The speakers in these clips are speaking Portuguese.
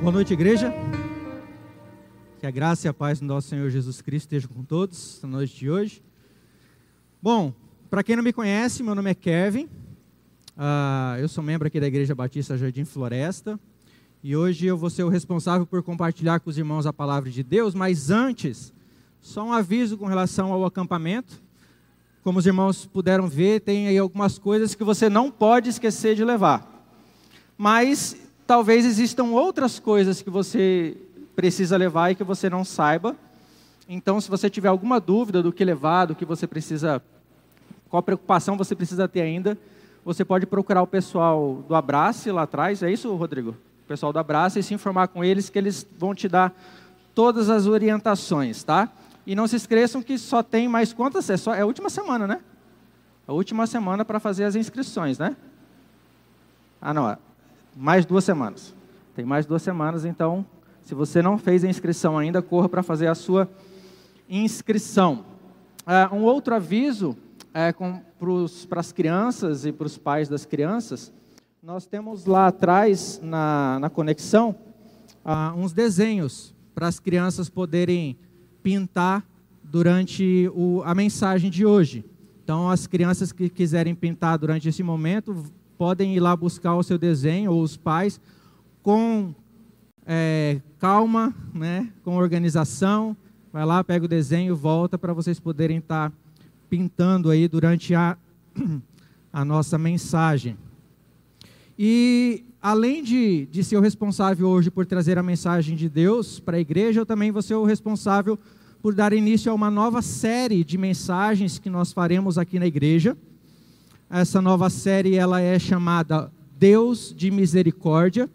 Boa noite, igreja. Que a graça e a paz do nosso Senhor Jesus Cristo estejam com todos na noite de hoje. Bom, para quem não me conhece, meu nome é Kevin. Eu sou membro aqui da Igreja Batista Jardim Floresta. E hoje eu vou ser o responsável por compartilhar com os irmãos a palavra de Deus. Mas antes, só um aviso com relação ao acampamento. Como os irmãos puderam ver, tem aí algumas coisas que você não pode esquecer de levar. Mas talvez existam outras coisas que você precisa levar e que você não saiba. Então, se você tiver alguma dúvida do que levar, do que você precisa, qual preocupação você precisa ter ainda, você pode procurar o pessoal do Abrace lá atrás. É isso, Rodrigo? O pessoal do Abrace, e se informar com eles, que eles vão te dar todas as orientações, tá? E não se esqueçam que só tem mais quantas? É a última semana, né? A última semana para fazer as inscrições, né? Não, mais 2 semanas. Tem mais 2 semanas, então, se você não fez a inscrição ainda, corra para fazer a sua inscrição. Um outro aviso para as crianças e para os pais das crianças, nós temos lá atrás, na conexão, uns desenhos para as crianças poderem pintar durante a mensagem de hoje. Então, as crianças que quiserem pintar durante esse momento, podem ir lá buscar o seu desenho, ou os pais, com calma, né, com organização. Vai lá, pega o desenho, volta para vocês poderem estar pintando aí durante a nossa mensagem. E além de ser o responsável hoje por trazer a mensagem de Deus para a igreja, eu também vou ser o responsável por dar início a uma nova série de mensagens que nós faremos aqui na igreja. Essa nova série ela é chamada Deus de Misericórdia.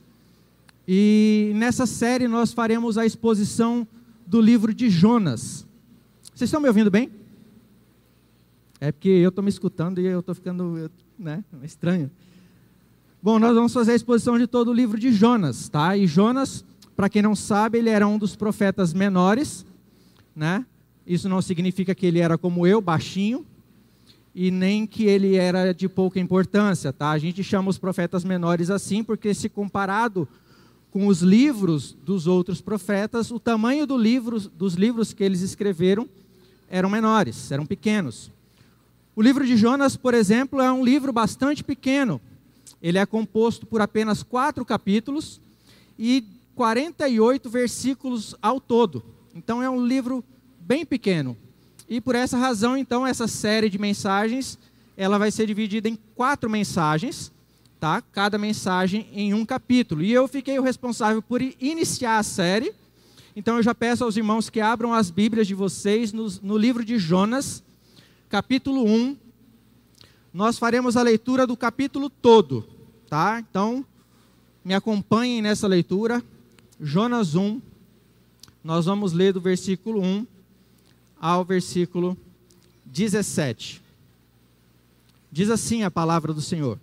E nessa série nós faremos a exposição do livro de Jonas. Vocês estão me ouvindo bem? É porque eu estou me escutando e eu estou ficando, né, estranho. Bom, nós vamos fazer a exposição de todo o livro de Jonas, tá? E Jonas, para quem não sabe, ele era um dos profetas menores, né? Isso não significa que ele era como eu, baixinho, e nem que ele era de pouca importância, tá? A gente chama os profetas menores assim, porque se comparado com os livros dos outros profetas, o tamanho dos livros que eles escreveram eram menores, eram pequenos. O livro de Jonas, por exemplo, é um livro bastante pequeno. Ele é composto por apenas 4 capítulos e 48 versículos ao todo. Então é um livro bem pequeno. E por essa razão, então, essa série de mensagens, ela vai ser dividida em 4 mensagens, tá? Cada mensagem em um capítulo. E eu fiquei o responsável por iniciar a série. Então eu já peço aos irmãos que abram as Bíblias de vocês no livro de Jonas, capítulo 1. Nós faremos a leitura do capítulo todo, tá? Então, me acompanhem nessa leitura. Jonas 1, nós vamos ler do versículo 1 ao versículo 17. Diz assim a palavra do Senhor.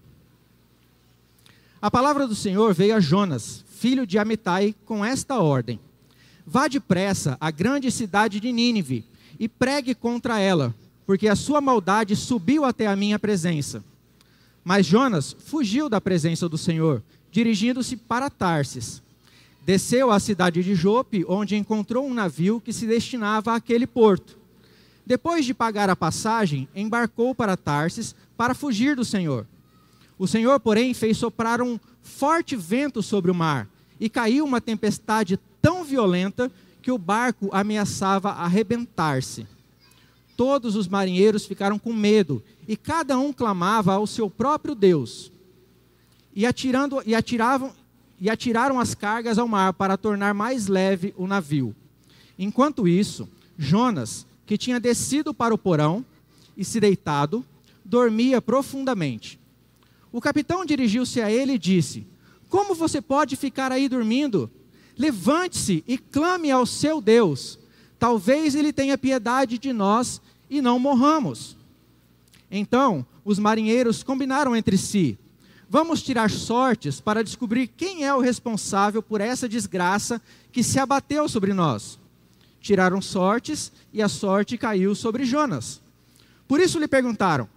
A palavra do Senhor veio a Jonas, filho de Amitai, com esta ordem: vá depressa à grande cidade de Nínive e pregue contra ela, porque a sua maldade subiu até a minha presença. Mas Jonas fugiu da presença do Senhor, dirigindo-se para Tarsis. Desceu à cidade de Jope, onde encontrou um navio que se destinava àquele porto. Depois de pagar a passagem, embarcou para Tarsis para fugir do Senhor. O Senhor, porém, fez soprar um forte vento sobre o mar, e caiu uma tempestade tão violenta que o barco ameaçava arrebentar-se. Todos os marinheiros ficaram com medo, e cada um clamava ao seu próprio Deus. E atiraram as cargas ao mar para tornar mais leve o navio. Enquanto isso, Jonas, que tinha descido para o porão e se deitado, dormia profundamente. O capitão dirigiu-se a ele e disse: como você pode ficar aí dormindo? Levante-se e clame ao seu Deus. Talvez ele tenha piedade de nós e não morramos. Então, os marinheiros combinaram entre si: vamos tirar sortes para descobrir quem é o responsável por essa desgraça que se abateu sobre nós. Tiraram sortes e a sorte caiu sobre Jonas. Por isso lhe perguntaram: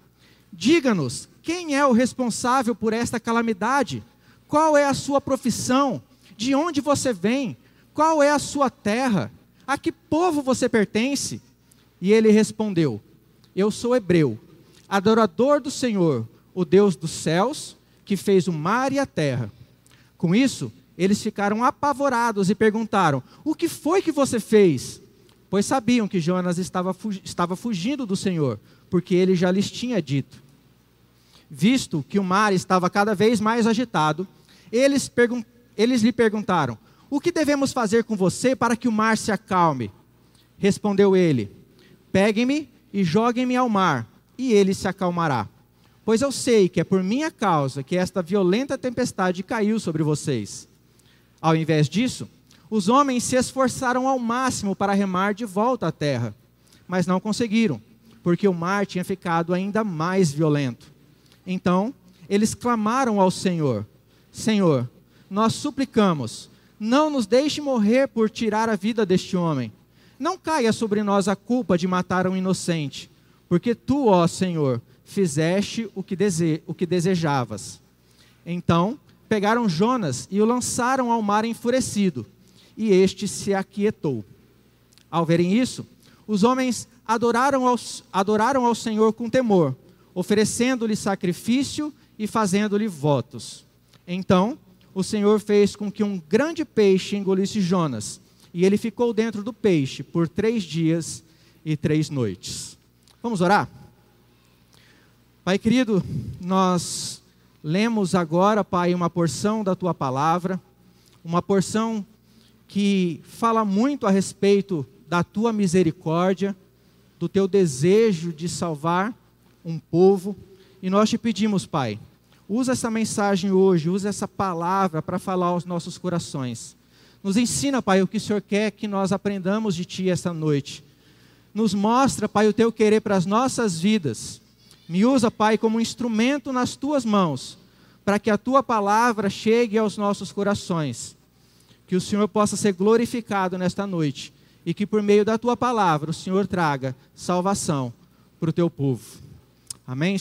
diga-nos, quem é o responsável por esta calamidade? Qual é a sua profissão? De onde você vem? Qual é a sua terra? A que povo você pertence? E ele respondeu: eu sou hebreu, adorador do Senhor, o Deus dos céus, que fez o mar e a terra. Com isso, eles ficaram apavorados e perguntaram: o que foi que você fez? Pois sabiam que Jonas estava fugindo do Senhor, porque ele já lhes tinha dito. Visto que o mar estava cada vez mais agitado, eles lhe perguntaram: o que devemos fazer com você para que o mar se acalme? Respondeu ele: peguem-me e joguem-me ao mar, e ele se acalmará. Pois eu sei que é por minha causa que esta violenta tempestade caiu sobre vocês. Ao invés disso, os homens se esforçaram ao máximo para remar de volta à terra, mas não conseguiram, porque o mar tinha ficado ainda mais violento. Então, eles clamaram ao Senhor: Senhor, nós suplicamos, não nos deixe morrer por tirar a vida deste homem. Não caia sobre nós a culpa de matar um inocente, porque tu, ó Senhor, fizeste o que desejavas. Então, pegaram Jonas e o lançaram ao mar enfurecido, e este se aquietou. Ao verem isso, os homens adoraram ao Senhor com temor, oferecendo-lhe sacrifício e fazendo-lhe votos. Então, o Senhor fez com que um grande peixe engolisse Jonas, e ele ficou dentro do peixe por 3 dias e 3 noites. Vamos orar? Pai querido, nós lemos agora, Pai, uma porção da Tua Palavra, uma porção que fala muito a respeito da Tua misericórdia, do Teu desejo de salvar um povo, e nós te pedimos, Pai, usa essa mensagem hoje, usa essa palavra para falar aos nossos corações. Nos ensina, Pai, o que o Senhor quer que nós aprendamos de Ti esta noite. Nos mostra, Pai, o Teu querer para as nossas vidas. Me usa, Pai, como instrumento nas Tuas mãos, para que a Tua palavra chegue aos nossos corações. Que o Senhor possa ser glorificado nesta noite, e que por meio da Tua palavra o Senhor traga salvação para o Teu povo. Amém?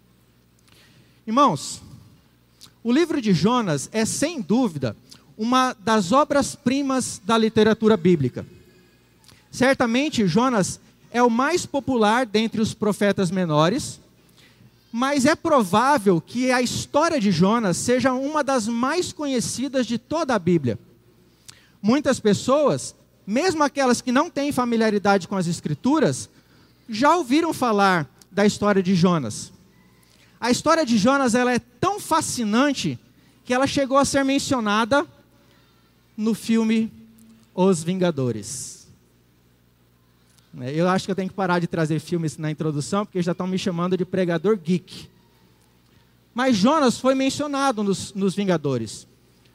Irmãos, o livro de Jonas é, sem dúvida, uma das obras-primas da literatura bíblica. Certamente, Jonas é o mais popular dentre os profetas menores, mas é provável que a história de Jonas seja uma das mais conhecidas de toda a Bíblia. Muitas pessoas, mesmo aquelas que não têm familiaridade com as Escrituras, já ouviram falar da história de Jonas. A história de Jonas ela é tão fascinante que ela chegou a ser mencionada no filme Os Vingadores. Eu acho que eu tenho que parar de trazer filmes na introdução, porque já estão me chamando de pregador geek. Mas Jonas foi mencionado nos Vingadores.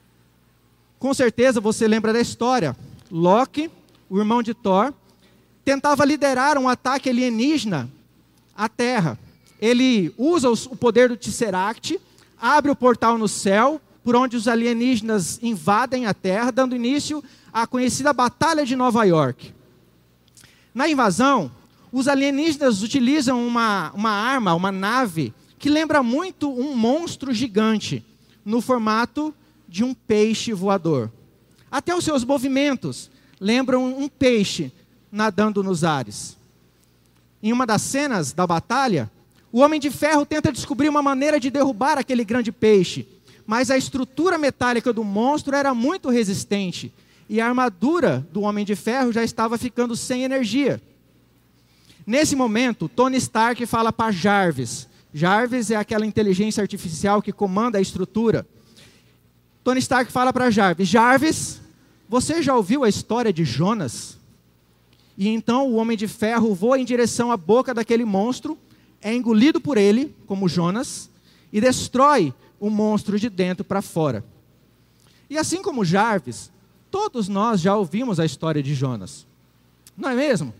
Com certeza você lembra da história. Loki, o irmão de Thor, tentava liderar um ataque alienígena à Terra. Ele usa o poder do Tesseract, abre o portal no céu, por onde os alienígenas invadem a Terra, dando início à conhecida Batalha de Nova York. Na invasão, os alienígenas utilizam uma arma, uma nave, que lembra muito um monstro gigante, no formato de um peixe voador. Até os seus movimentos lembram um peixe nadando nos ares. Em uma das cenas da batalha, o Homem de Ferro tenta descobrir uma maneira de derrubar aquele grande peixe, mas a estrutura metálica do monstro era muito resistente, e a armadura do Homem de Ferro já estava ficando sem energia. Nesse momento, Tony Stark fala para Jarvis. Jarvis é aquela inteligência artificial que comanda a estrutura. Tony Stark fala para Jarvis: Jarvis, você já ouviu a história de Jonas? E então o Homem de Ferro voa em direção à boca daquele monstro, é engolido por ele, como Jonas, e destrói o monstro de dentro para fora. E assim como Jarvis, todos nós já ouvimos a história de Jonas. Não é mesmo?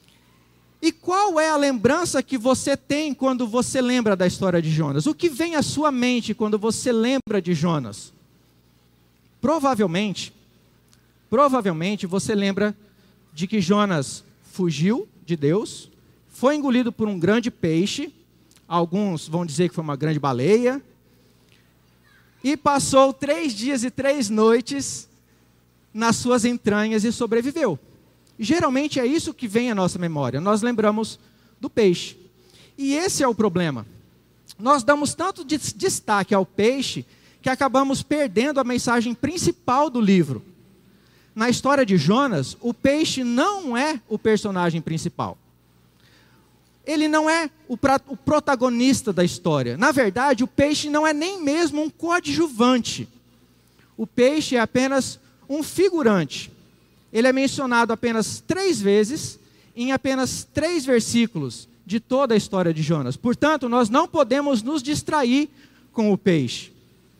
E qual é a lembrança que você tem quando você lembra da história de Jonas? O que vem à sua mente quando você lembra de Jonas? Provavelmente você lembra de que Jonas fugiu de Deus, foi engolido por um grande peixe, alguns vão dizer que foi uma grande baleia, e passou 3 dias e 3 noites nas suas entranhas e sobreviveu. Geralmente é isso que vem à nossa memória. Nós lembramos do peixe. E esse é o problema. Nós damos tanto destaque ao peixe que acabamos perdendo a mensagem principal do livro. Na história de Jonas, o peixe não é o personagem principal. Ele não é o protagonista da história. Na verdade, o peixe não é nem mesmo um coadjuvante. O peixe é apenas um figurante. Ele é mencionado apenas 3 vezes, em apenas 3 versículos de toda a história de Jonas. Portanto, nós não podemos nos distrair com o peixe.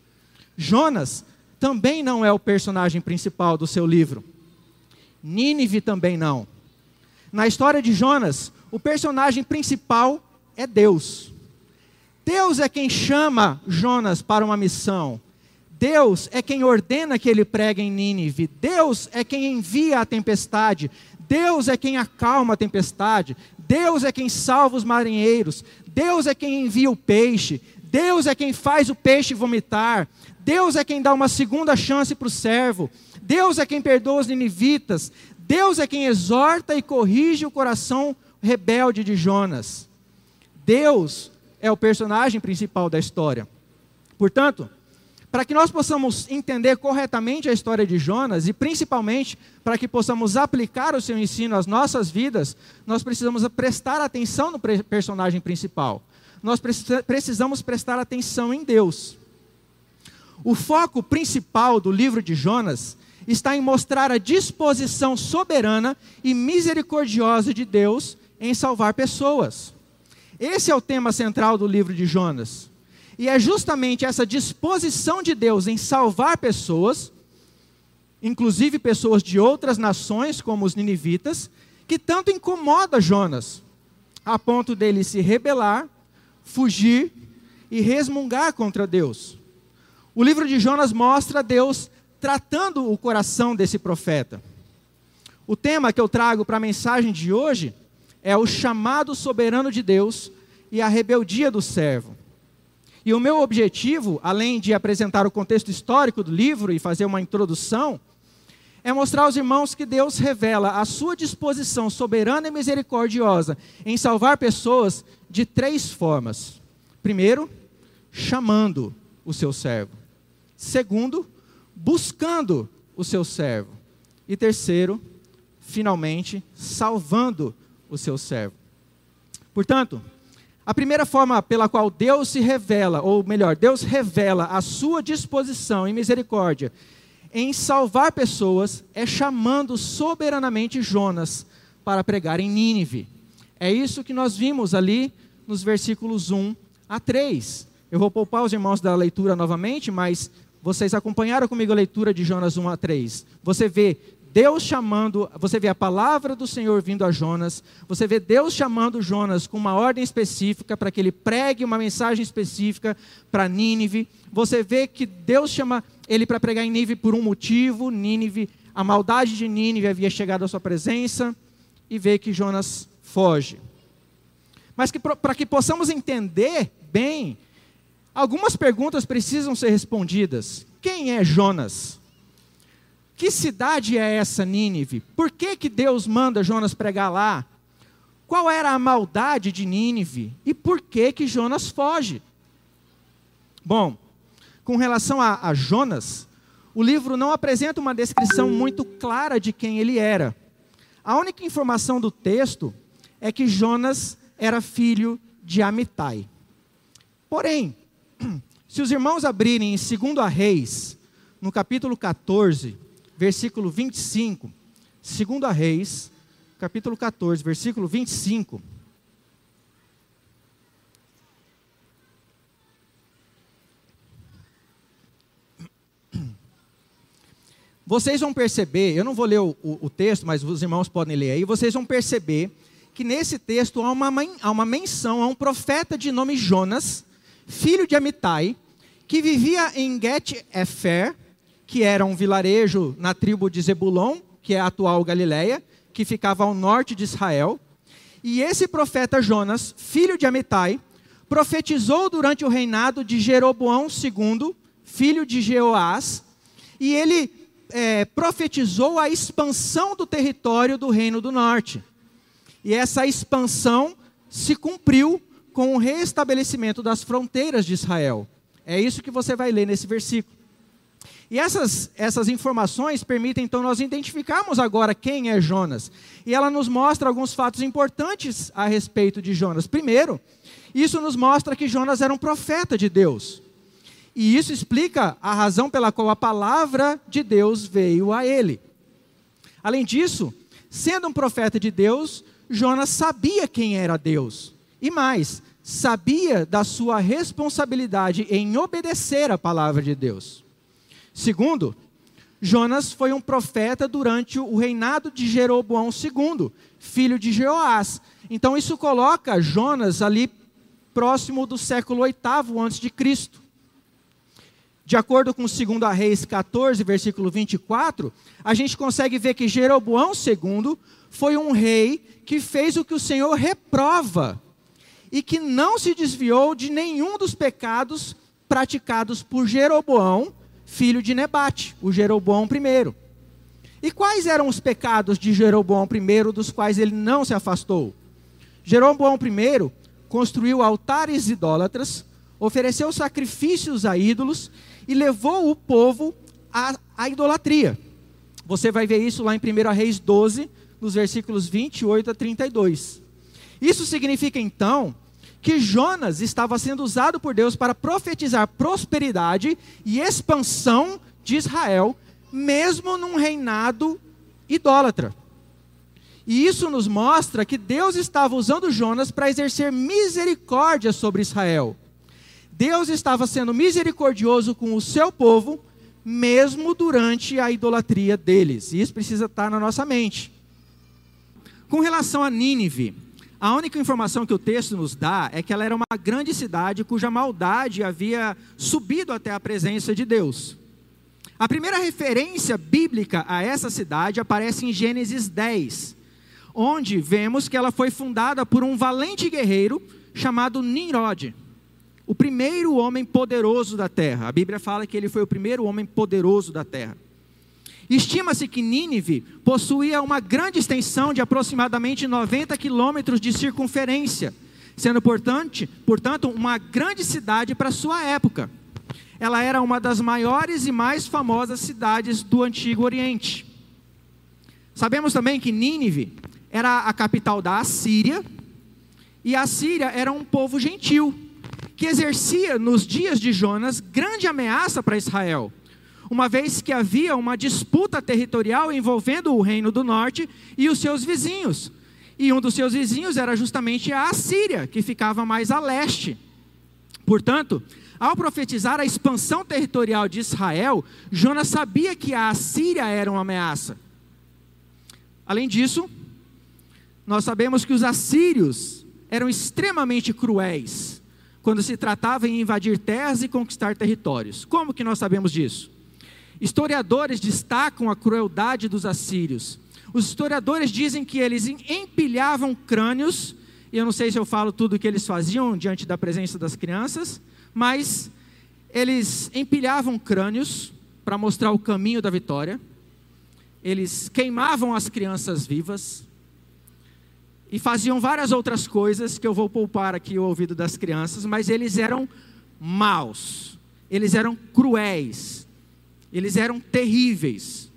Jonas também não é o personagem principal do seu livro. Nínive também não. Na história de Jonas, o personagem principal é Deus. Deus é quem chama Jonas para uma missão. Deus é quem ordena que ele pregue em Nínive. Deus é quem envia a tempestade. Deus é quem acalma a tempestade. Deus é quem salva os marinheiros. Deus é quem envia o peixe. Deus é quem faz o peixe vomitar. Deus é quem dá uma segunda chance para o servo. Deus é quem perdoa os ninivitas. Deus é quem exorta e corrige o coração rebelde de Jonas. Deus é o personagem principal da história. Portanto, para que nós possamos entender corretamente a história de Jonas e principalmente para que possamos aplicar o seu ensino às nossas vidas, nós precisamos prestar atenção no personagem principal. Nós precisamos prestar atenção em Deus. O foco principal do livro de Jonas está em mostrar a disposição soberana e misericordiosa de Deus em salvar pessoas. Esse é o tema central do livro de Jonas. E é justamente essa disposição de Deus em salvar pessoas, inclusive pessoas de outras nações, como os ninivitas, que tanto incomoda Jonas, a ponto dele se rebelar, fugir e resmungar contra Deus. O livro de Jonas mostra Deus tratando o coração desse profeta. O tema que eu trago para a mensagem de hoje é o chamado soberano de Deus e a rebeldia do servo. E o meu objetivo, além de apresentar o contexto histórico do livro e fazer uma introdução, é mostrar aos irmãos que Deus revela a sua disposição soberana e misericordiosa em salvar pessoas de 3 formas. Primeiro, chamando o seu servo. Segundo, buscando o seu servo. E terceiro, finalmente, salvando o seu servo. Portanto, a primeira forma pela qual Deus se revela, ou melhor, Deus revela a sua disposição e misericórdia em salvar pessoas, é chamando soberanamente Jonas para pregar em Nínive. É isso que nós vimos ali nos versículos 1 a 3. Eu vou poupar os irmãos da leitura novamente, mas vocês acompanharam comigo a leitura de Jonas 1 a 3. Você vê Deus chamando, você vê a palavra do Senhor vindo a Jonas, você vê Deus chamando Jonas com uma ordem específica para que ele pregue uma mensagem específica para Nínive. Você vê que Deus chama ele para pregar em Nínive por um motivo. Nínive, a maldade de Nínive havia chegado à sua presença, e vê que Jonas foge. Mas para que possamos entender bem, algumas perguntas precisam ser respondidas. Quem é Jonas? Que cidade é essa, Nínive? Por que Deus manda Jonas pregar lá? Qual era a maldade de Nínive? E por que Jonas foge? Bom, com relação a Jonas, o livro não apresenta uma descrição muito clara de quem ele era. A única informação do texto é que Jonas era filho de Amitai. Porém, se os irmãos abrirem em 2 Reis, no capítulo 14, versículo 25, 2 Reis, capítulo 14, versículo 25. Vocês vão perceber, eu não vou ler o texto, mas os irmãos podem ler aí, vocês vão perceber que nesse texto há uma menção a um profeta de nome Jonas, filho de Amitai, que vivia em Get-Efer, que era um vilarejo na tribo de Zebulon, que é a atual Galileia, que ficava ao norte de Israel. E esse profeta Jonas, filho de Amitai, profetizou durante o reinado de Jeroboão II, filho de Jeoás, e ele profetizou a expansão do território do Reino do Norte. E essa expansão se cumpriu com o restabelecimento das fronteiras de Israel. É isso que você vai ler nesse versículo. E essas informações permitem, então, nós identificarmos agora quem é Jonas. E ela nos mostra alguns fatos importantes a respeito de Jonas. Primeiro, isso nos mostra que Jonas era um profeta de Deus. E isso explica a razão pela qual a palavra de Deus veio a ele. Além disso, sendo um profeta de Deus, Jonas sabia quem era Deus. E mais, sabia da sua responsabilidade em obedecer a palavra de Deus. Segundo, Jonas foi um profeta durante o reinado de Jeroboão II, filho de Jeoás. Então isso coloca Jonas ali próximo do século VIII a.C. De acordo com 2 Reis 14, versículo 24, a gente consegue ver que Jeroboão II foi um rei que fez o que o Senhor reprova e que não se desviou de nenhum dos pecados praticados por Jeroboão, filho de Nebate, o Jeroboão I. E quais eram os pecados de Jeroboão I, dos quais ele não se afastou? Jeroboão I construiu altares idólatras, ofereceu sacrifícios a ídolos e levou o povo à idolatria. Você vai ver isso lá em 1 Reis 12, nos versículos 28 a 32. Isso significa então que Jonas estava sendo usado por Deus para profetizar prosperidade e expansão de Israel, mesmo num reinado idólatra. E isso nos mostra que Deus estava usando Jonas para exercer misericórdia sobre Israel. Deus estava sendo misericordioso com o seu povo, mesmo durante a idolatria deles. E isso precisa estar na nossa mente. Com relação a Nínive, a única informação que o texto nos dá é que ela era uma grande cidade cuja maldade havia subido até a presença de Deus. A primeira referência bíblica a essa cidade aparece em Gênesis 10, onde vemos que ela foi fundada por um valente guerreiro chamado Nimrod, o primeiro homem poderoso da terra. A Bíblia fala que ele foi o primeiro homem poderoso da terra. Estima-se que Nínive possuía uma grande extensão de aproximadamente 90 quilômetros de circunferência, sendo, portanto, uma grande cidade para sua época. Ela era uma das maiores e mais famosas cidades do Antigo Oriente. Sabemos também que Nínive era a capital da Assíria, e a Assíria era um povo gentil, que exercia nos dias de Jonas grande ameaça para Israel, uma vez que havia uma disputa territorial envolvendo o Reino do Norte e os seus vizinhos. E um dos seus vizinhos era justamente a Assíria, que ficava mais a leste. Portanto, ao profetizar a expansão territorial de Israel, Jonas sabia que a Assíria era uma ameaça. Além disso, nós sabemos que os assírios eram extremamente cruéis quando se tratava em invadir terras e conquistar territórios. Como que nós sabemos disso? Historiadores destacam a crueldade dos assírios. Os historiadores dizem que eles empilhavam crânios, e eu não sei se eu falo tudo o que eles faziam diante da presença das crianças, mas eles empilhavam crânios para mostrar o caminho da vitória. Eles queimavam as crianças vivas e faziam várias outras coisas que eu vou poupar aqui o ouvido das crianças, mas eles eram maus, eles eram cruéis, eles eram terríveis.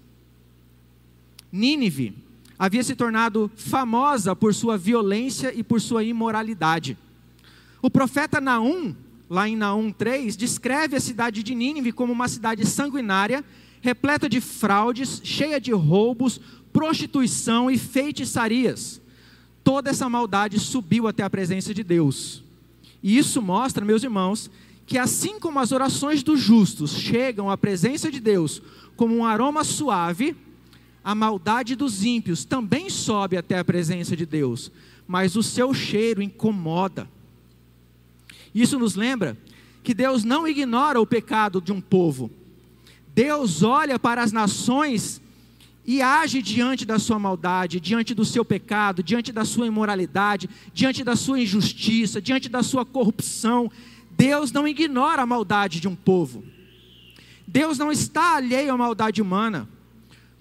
Nínive havia se tornado famosa por sua violência e por sua imoralidade. O profeta Naum, lá em Naum 3, descreve a cidade de Nínive como uma cidade sanguinária, repleta de fraudes, cheia de roubos, prostituição e feitiçarias. Toda essa maldade subiu até a presença de Deus. E isso mostra, meus irmãos, que assim como as orações dos justos chegam à presença de Deus como um aroma suave, a maldade dos ímpios também sobe até a presença de Deus, mas o seu cheiro incomoda. Isso nos lembra que Deus não ignora o pecado de um povo. Deus olha para as nações e age diante da sua maldade, diante do seu pecado, diante da sua imoralidade, diante da sua injustiça, diante da sua corrupção. Deus não ignora a maldade de um povo. Deus não está alheio à maldade humana.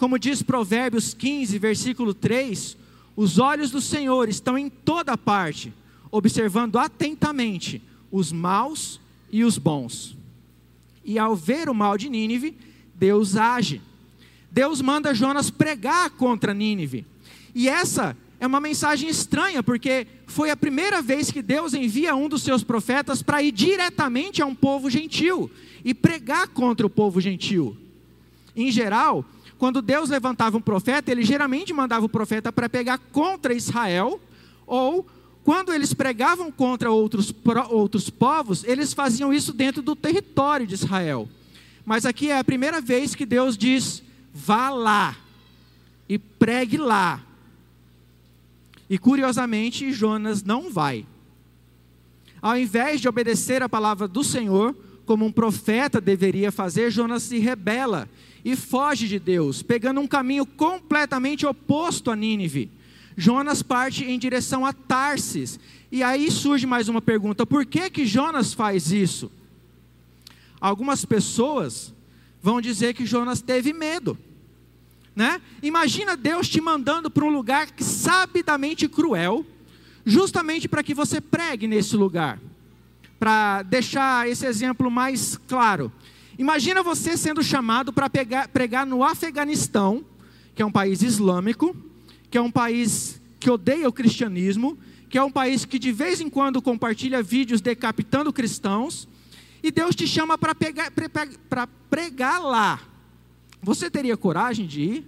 Como diz Provérbios 15, versículo 3, os olhos do Senhor estão em toda parte, observando atentamente os maus e os bons. E ao ver o mal de Nínive, Deus age. Deus manda Jonas pregar contra Nínive. E essa é uma mensagem estranha, porque foi a primeira vez que Deus envia um dos seus profetas para ir diretamente a um povo gentil e pregar contra o povo gentil. Em geral, quando Deus levantava um profeta, ele geralmente mandava o profeta para pregar contra Israel, ou quando eles pregavam contra outros povos, eles faziam isso dentro do território de Israel. Mas aqui é a primeira vez que Deus diz: vá lá e pregue lá. E curiosamente, Jonas não vai. Ao invés de obedecer a palavra do Senhor, como um profeta deveria fazer, Jonas se rebela e foge de Deus, pegando um caminho completamente oposto a Nínive. Jonas parte em direção a Tarsis. E aí surge mais uma pergunta: por que Jonas faz isso? Algumas pessoas vão dizer que Jonas teve medo, né? Imagina Deus te mandando para um lugar sabidamente cruel, justamente para que você pregue nesse lugar. Para deixar esse exemplo mais claro, imagina você sendo chamado para pregar no Afeganistão, que é um país islâmico, que é um país que odeia o cristianismo, que é um país que de vez em quando compartilha vídeos decapitando cristãos, e Deus te chama para pregar lá. Você teria coragem de ir?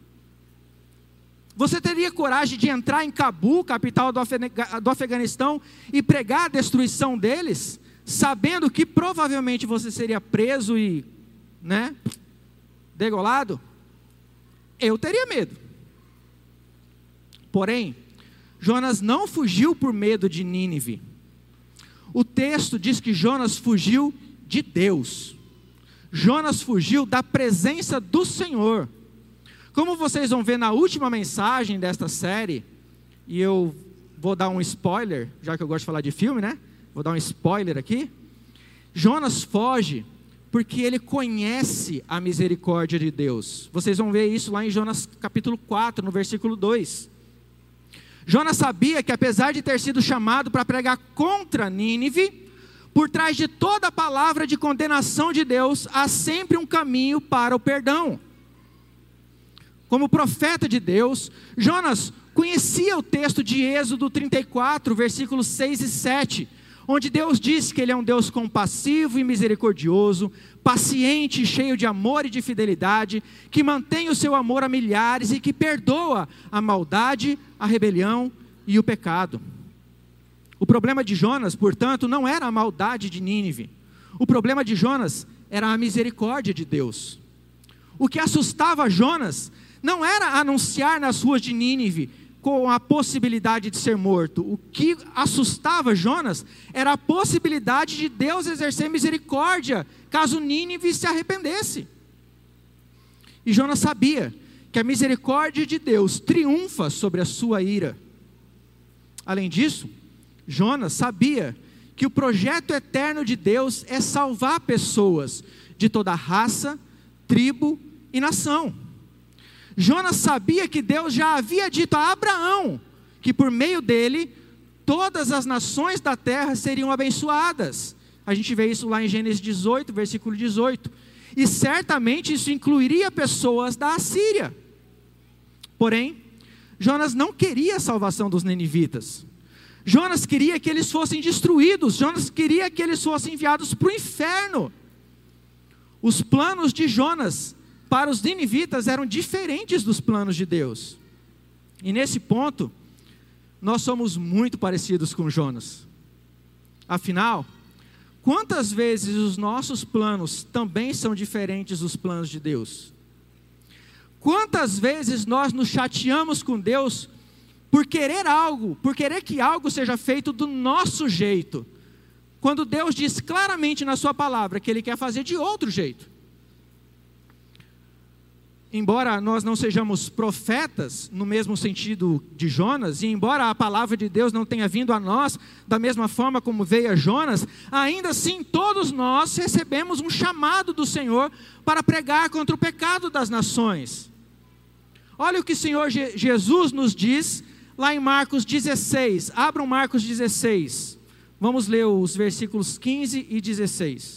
Você teria coragem de entrar em Cabul, capital do Afeganistão, e pregar a destruição deles, sabendo que provavelmente você seria preso e, degolado? Eu teria medo. Porém, Jonas não fugiu por medo de Nínive. O texto diz que Jonas fugiu de Deus. Jonas fugiu da presença do Senhor. Como vocês vão ver na última mensagem desta série, e eu vou dar um spoiler, já que eu gosto de falar de filme, Vou dar um spoiler aqui. Jonas foge porque ele conhece a misericórdia de Deus. Vocês vão ver isso lá em Jonas capítulo 4, no versículo 2. Jonas sabia que apesar de ter sido chamado para pregar contra Nínive, por trás de toda a palavra de condenação de Deus, há sempre um caminho para o perdão. Como profeta de Deus, Jonas conhecia o texto de Êxodo 34, versículos 6 e 7, onde Deus diz que Ele é um Deus compassivo e misericordioso, paciente e cheio de amor e de fidelidade, que mantém o seu amor a milhares e que perdoa a maldade, a rebelião e o pecado. O problema de Jonas, portanto, não era a maldade de Nínive. O problema de Jonas era a misericórdia de Deus. O que assustava Jonas não era anunciar nas ruas de Nínive com a possibilidade de ser morto. O que assustava Jonas era a possibilidade de Deus exercer misericórdia, caso Nínive se arrependesse. E Jonas sabia que a misericórdia de Deus triunfa sobre a sua ira. Além disso, Jonas sabia que o projeto eterno de Deus é salvar pessoas de toda raça, tribo e nação. Jonas sabia que Deus já havia dito a Abraão que por meio dele todas as nações da terra seriam abençoadas. A gente vê isso lá em Gênesis 18, versículo 18. E certamente isso incluiria pessoas da Assíria. Porém, Jonas não queria a salvação dos ninivitas. Jonas queria que eles fossem destruídos. Jonas queria que eles fossem enviados para o inferno. Os planos de Jonas para os ninivitas eram diferentes dos planos de Deus. E nesse ponto, nós somos muito parecidos com Jonas. Afinal, quantas vezes os nossos planos também são diferentes dos planos de Deus? Quantas vezes nós nos chateamos com Deus por querer que algo seja feito do nosso jeito, quando Deus diz claramente na sua palavra que Ele quer fazer de outro jeito? Embora nós não sejamos profetas no mesmo sentido de Jonas, e embora a palavra de Deus não tenha vindo a nós da mesma forma como veio a Jonas, ainda assim todos nós recebemos um chamado do Senhor para pregar contra o pecado das nações. Olha o que o Senhor Jesus nos diz lá em Marcos 16. Abram Marcos 16. Vamos ler os versículos 15 e 16.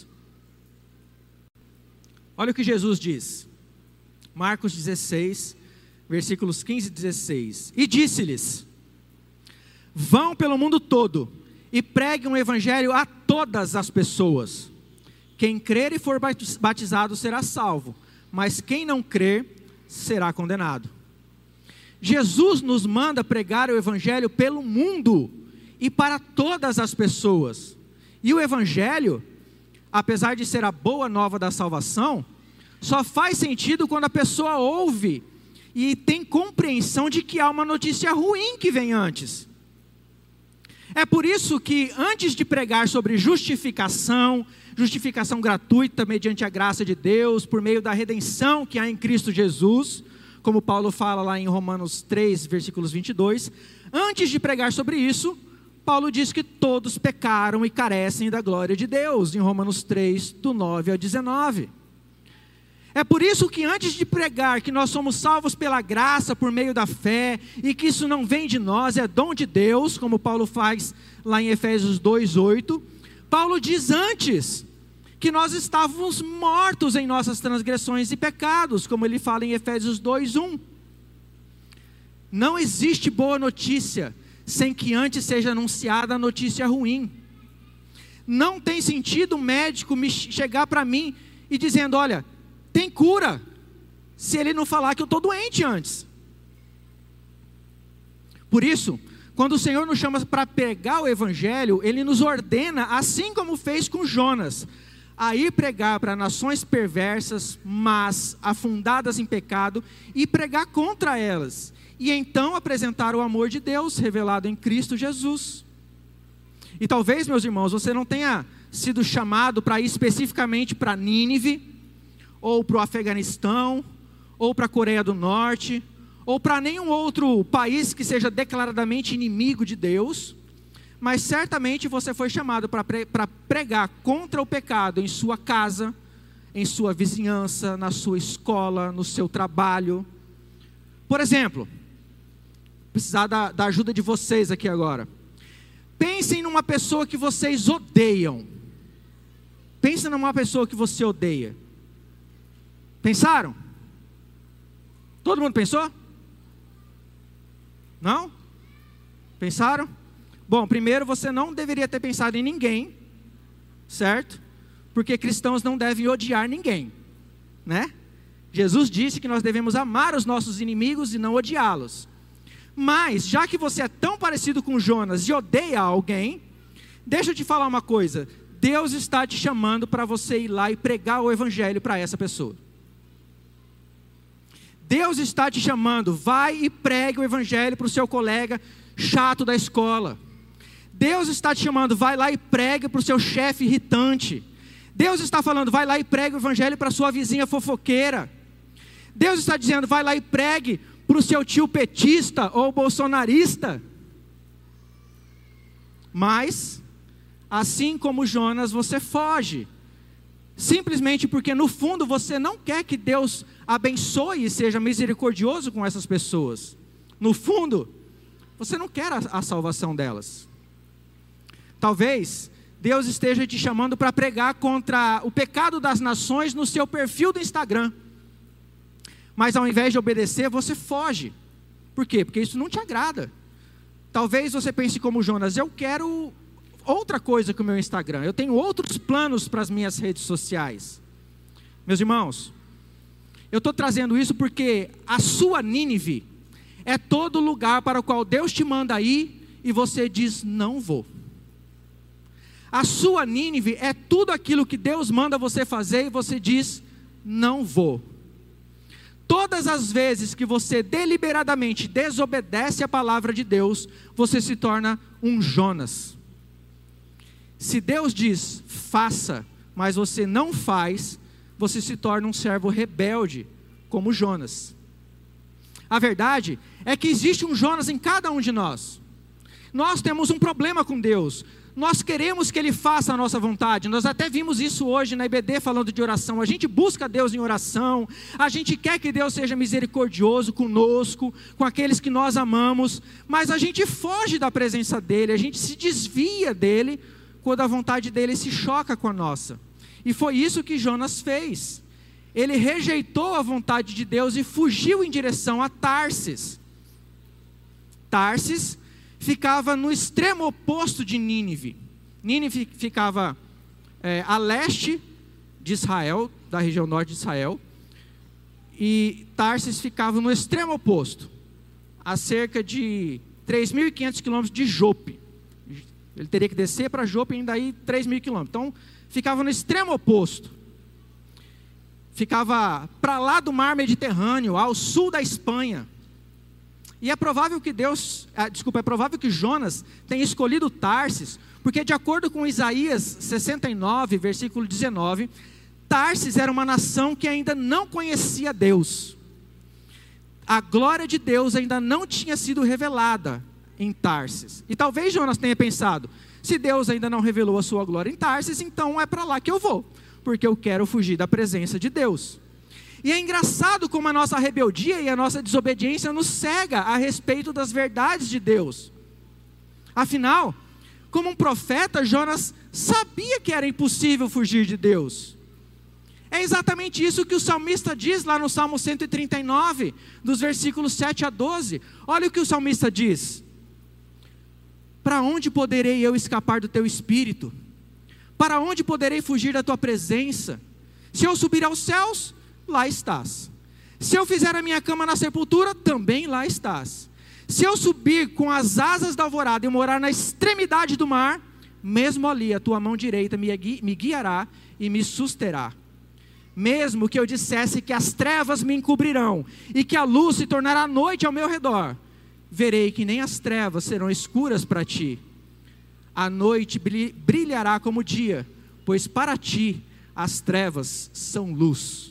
Olha o que Jesus diz. Marcos 16, versículos 15 e 16. E disse-lhes: vão pelo mundo todo e preguem o evangelho a todas as pessoas. Quem crer e for batizado será salvo, mas quem não crer será condenado. Jesus nos manda pregar o evangelho pelo mundo e para todas as pessoas. E o evangelho, apesar de ser a boa nova da salvação, só faz sentido quando a pessoa ouve e tem compreensão de que há uma notícia ruim que vem antes. É por isso que antes de pregar sobre justificação gratuita mediante a graça de Deus, por meio da redenção que há em Cristo Jesus, como Paulo fala lá em Romanos 3, versículos 22, antes de pregar sobre isso, Paulo diz que todos pecaram e carecem da glória de Deus, em Romanos 3, do 9 ao 19. É por isso que antes de pregar que nós somos salvos pela graça, por meio da fé, e que isso não vem de nós, é dom de Deus, como Paulo faz lá em Efésios 2, 8, Paulo diz antes que nós estávamos mortos em nossas transgressões e pecados, como ele fala em Efésios 2, 1. Não existe boa notícia sem que antes seja anunciada a notícia ruim. Não tem sentido o médico chegar para mim e dizendo: olha, tem cura, se ele não falar que eu estou doente antes. Por isso, quando o Senhor nos chama para pregar o evangelho, Ele nos ordena, assim como fez com Jonas, a ir pregar para nações perversas, mas afundadas em pecado, e pregar contra elas, e então apresentar o amor de Deus revelado em Cristo Jesus. E talvez, meus irmãos, você não tenha sido chamado para ir especificamente para Nínive, ou para o Afeganistão, ou para a Coreia do Norte, ou para nenhum outro país que seja declaradamente inimigo de Deus, mas certamente você foi chamado para pregar contra o pecado em sua casa, em sua vizinhança, na sua escola, no seu trabalho. Por exemplo, precisar da ajuda de vocês aqui agora. Pensem numa pessoa que vocês odeiam. Pensem numa pessoa que você odeia. Pensaram? Todo mundo pensou? Não? Pensaram? Bom, primeiro você não deveria ter pensado em ninguém, certo? Porque cristãos não devem odiar ninguém, né? Jesus disse que nós devemos amar os nossos inimigos e não odiá-los. Mas, já que você é tão parecido com Jonas e odeia alguém, deixa eu te falar uma coisa. Deus está te chamando para você ir lá e pregar o evangelho para essa pessoa. Deus está te chamando, vai e pregue o evangelho para o seu colega chato da escola. Deus está te chamando, vai lá e pregue para o seu chefe irritante. Deus está falando, vai lá e pregue o evangelho para a sua vizinha fofoqueira. Deus está dizendo, vai lá e pregue para o seu tio petista ou bolsonarista. Mas, assim como Jonas, você foge. Simplesmente porque no fundo você não quer que Deus abençoe e seja misericordioso com essas pessoas. No fundo, você não quer a salvação delas. Talvez Deus esteja te chamando para pregar contra o pecado das nações no seu perfil do Instagram. Mas ao invés de obedecer, você foge. Por quê? Porque isso não te agrada. Talvez você pense como Jonas, eu quero outra coisa com o meu Instagram. Eu tenho outros planos para as minhas redes sociais. Meus irmãos, eu estou trazendo isso porque a sua Nínive é todo lugar para o qual Deus te manda ir e você diz, não vou. A sua Nínive é tudo aquilo que Deus manda você fazer e você diz, não vou. Todas as vezes que você deliberadamente desobedece a palavra de Deus, você se torna um Jonas. Se Deus diz, faça, mas você não faz, você se torna um servo rebelde, como Jonas. A verdade é que existe um Jonas em cada um de nós. Nós temos um problema com Deus. Nós queremos que Ele faça a nossa vontade. Nós até vimos isso hoje na IBD falando de oração. A gente busca Deus em oração. A gente quer que Deus seja misericordioso conosco, com aqueles que nós amamos. Mas a gente foge da presença dEle. A gente se desvia dEle quando a vontade dEle se choca com a nossa. E foi isso que Jonas fez. Ele rejeitou a vontade de Deus e fugiu em direção a Tarsis. Tarsis ficava no extremo oposto de Nínive. Nínive ficava a leste de Israel, da região norte de Israel, e Tarsis ficava no extremo oposto, a cerca de 3.500 quilômetros de Jope. Ele teria que descer para Jope e ainda ir 3.000 quilômetros. Então, ficava no extremo oposto. Ficava para lá do mar Mediterrâneo, ao sul da Espanha. E é provável que Jonas tenha escolhido Tarsis, porque de acordo com Isaías 69, versículo 19, Tarsis era uma nação que ainda não conhecia Deus. A glória de Deus ainda não tinha sido revelada em Tarsis. E talvez Jonas tenha pensado, se Deus ainda não revelou a sua glória em Tarsis, então é para lá que eu vou, porque eu quero fugir da presença de Deus. E é engraçado como a nossa rebeldia e a nossa desobediência nos cega a respeito das verdades de Deus. Afinal, como um profeta, Jonas sabia que era impossível fugir de Deus. É exatamente isso que o salmista diz lá no Salmo 139, dos versículos 7 a 12. Olha o que o salmista diz: para onde poderei eu escapar do teu espírito? Para onde poderei fugir da tua presença? Se eu subir aos céus, lá estás. Se eu fizer a minha cama na sepultura, também lá estás. Se eu subir com as asas da alvorada e morar na extremidade do mar, mesmo ali a tua mão direita me guiará e me susterá. Mesmo que eu dissesse que as trevas me encobrirão e que a luz se tornará noite ao meu redor, verei que nem as trevas serão escuras para ti. A noite brilhará como o dia, pois para ti as trevas são luz.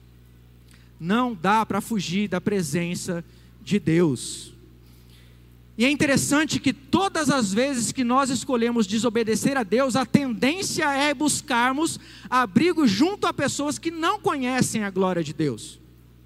Não dá para fugir da presença de Deus. E é interessante que todas as vezes que nós escolhemos desobedecer a Deus, a tendência é buscarmos abrigo junto a pessoas que não conhecem a glória de Deus.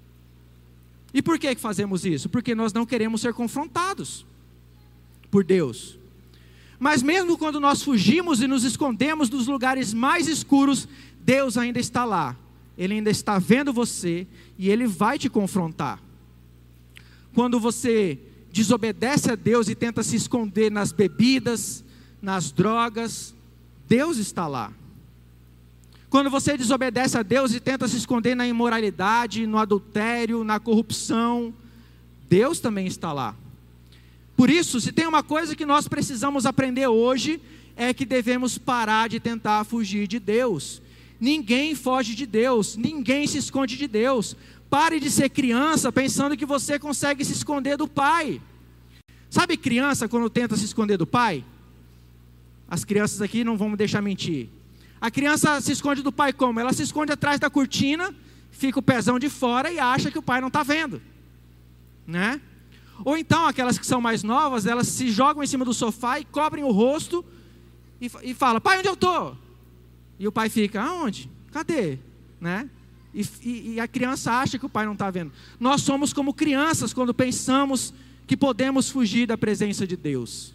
E por que fazemos isso? Porque nós não queremos ser confrontados por Deus. Mas mesmo quando nós fugimos e nos escondemos dos lugares mais escuros, Deus ainda está lá. Ele ainda está vendo você e Ele vai te confrontar. Quando você desobedece a Deus e tenta se esconder nas bebidas, nas drogas, Deus está lá. Quando você desobedece a Deus e tenta se esconder na imoralidade, no adultério, na corrupção, Deus também está lá. Por isso, se tem uma coisa que nós precisamos aprender hoje, é que devemos parar de tentar fugir de Deus. Ninguém foge de Deus, ninguém se esconde de Deus. Pare de ser criança pensando que você consegue se esconder do Pai. Sabe criança quando tenta se esconder do Pai? As crianças aqui não vão me deixar mentir. A criança se esconde do Pai como? Ela se esconde atrás da cortina, fica o pezão de fora e acha que o pai não está vendo, né? Ou então aquelas que são mais novas, elas se jogam em cima do sofá e cobrem o rosto e falam: pai, onde eu estou? E o pai fica: aonde? Cadê? Né? E a criança acha que o pai não está vendo. Nós somos como crianças quando pensamos que podemos fugir da presença de Deus.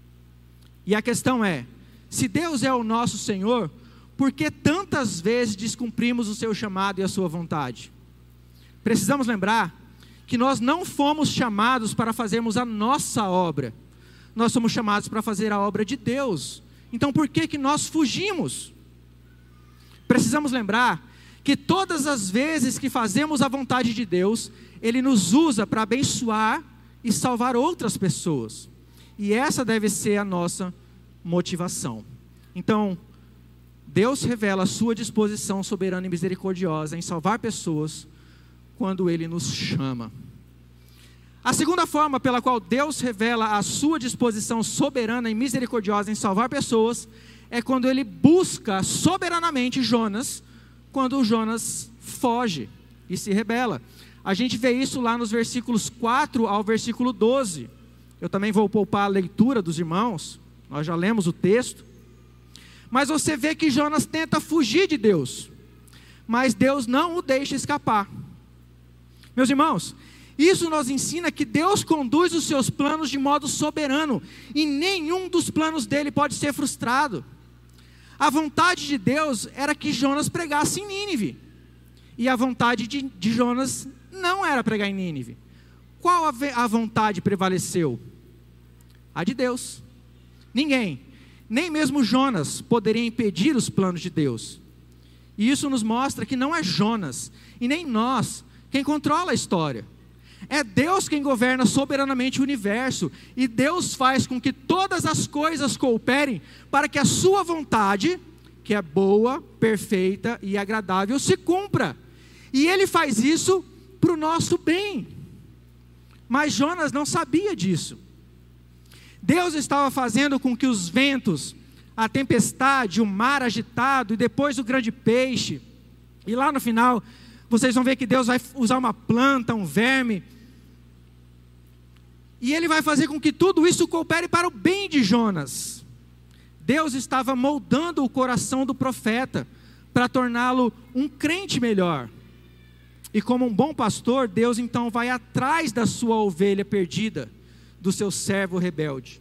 E a questão é: se Deus é o nosso Senhor, por que tantas vezes descumprimos o seu chamado e a sua vontade? Precisamos lembrar que nós não fomos chamados para fazermos a nossa obra. Nós somos chamados para fazer a obra de Deus. Então por que nós fugimos? Precisamos lembrar que todas as vezes que fazemos a vontade de Deus, Ele nos usa para abençoar e salvar outras pessoas. E essa deve ser a nossa motivação. Então, Deus revela a sua disposição soberana e misericordiosa em salvar pessoas quando Ele nos chama. A segunda forma pela qual Deus revela a sua disposição soberana e misericordiosa em salvar pessoas é quando Ele busca soberanamente Jonas, quando Jonas foge e se rebela. A gente vê isso lá nos versículos 4 ao versículo 12 Eu também vou poupar a leitura dos irmãos, nós já lemos o texto. Mas você vê que Jonas tenta fugir de Deus, mas Deus não o deixa escapar. Meus irmãos, isso nos ensina que Deus conduz os seus planos de modo soberano, e nenhum dos planos dele pode ser frustrado. A vontade de Deus era que Jonas pregasse em Nínive, e a vontade de Jonas não era pregar em Nínive. Qual a vontade prevaleceu? A de Deus. Ninguém, nem mesmo Jonas, poderia impedir os planos de Deus. E isso nos mostra que não é Jonas, e nem nós, quem controla a história. É Deus quem governa soberanamente o universo, e Deus faz com que todas as coisas cooperem para que a sua vontade, que é boa, perfeita e agradável, se cumpra. E Ele faz isso para o nosso bem. Mas Jonas não sabia disso. Deus estava fazendo com que os ventos, a tempestade, o mar agitado e depois o grande peixe, e lá no final vocês vão ver que Deus vai usar uma planta, um verme, e Ele vai fazer com que tudo isso coopere para o bem de Jonas. Deus estava moldando o coração do profeta para torná-lo um crente melhor. E como um bom pastor, Deus então vai atrás da sua ovelha perdida, do seu servo rebelde.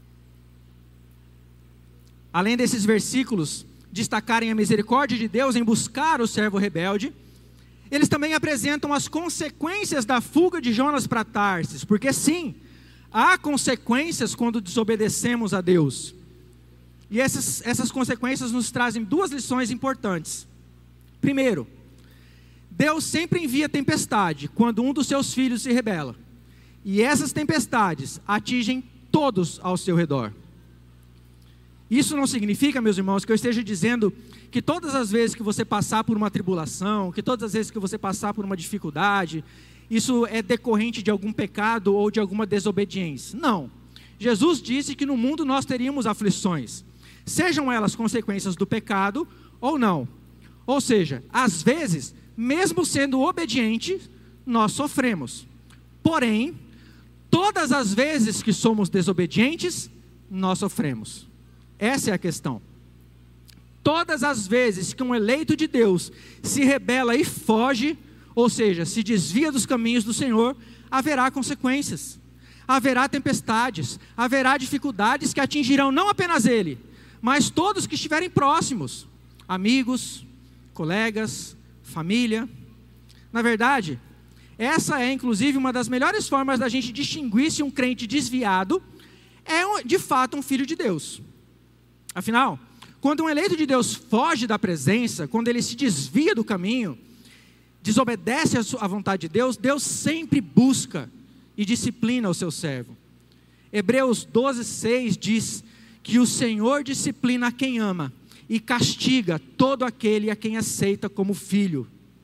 Além desses versículos destacarem a misericórdia de Deus em buscar o servo rebelde, eles também apresentam as consequências da fuga de Jonas para Tarsis, porque sim, há consequências quando desobedecemos a Deus. E essas consequências nos trazem duas lições importantes. Primeiro, Deus sempre envia tempestade quando um dos seus filhos se rebela. E essas tempestades atingem todos ao seu redor. Isso não significa, meus irmãos, que eu esteja dizendo que todas as vezes que você passar por uma tribulação, que todas as vezes que você passar por uma dificuldade, isso é decorrente de algum pecado ou de alguma desobediência. Não. Jesus disse que no mundo nós teríamos aflições, sejam elas consequências do pecado ou não. Ou seja, às vezes, mesmo sendo obedientes, nós sofremos. Porém, todas as vezes que somos desobedientes, nós sofremos. Essa é a questão. Todas as vezes que um eleito de Deus se rebela e foge, ou seja, se desvia dos caminhos do Senhor, haverá consequências, haverá tempestades, haverá dificuldades que atingirão não apenas ele, mas todos que estiverem próximos, amigos, colegas, família. Na verdade, essa é inclusive uma das melhores formas da gente distinguir se um crente desviado é de fato um filho de Deus. Afinal, quando um eleito de Deus foge da presença, quando ele se desvia do caminho, desobedece à vontade de Deus, Deus sempre busca e disciplina o seu servo. Hebreus 12:6 diz que o Senhor disciplina a quem ama e castiga todo aquele a quem aceita como filho.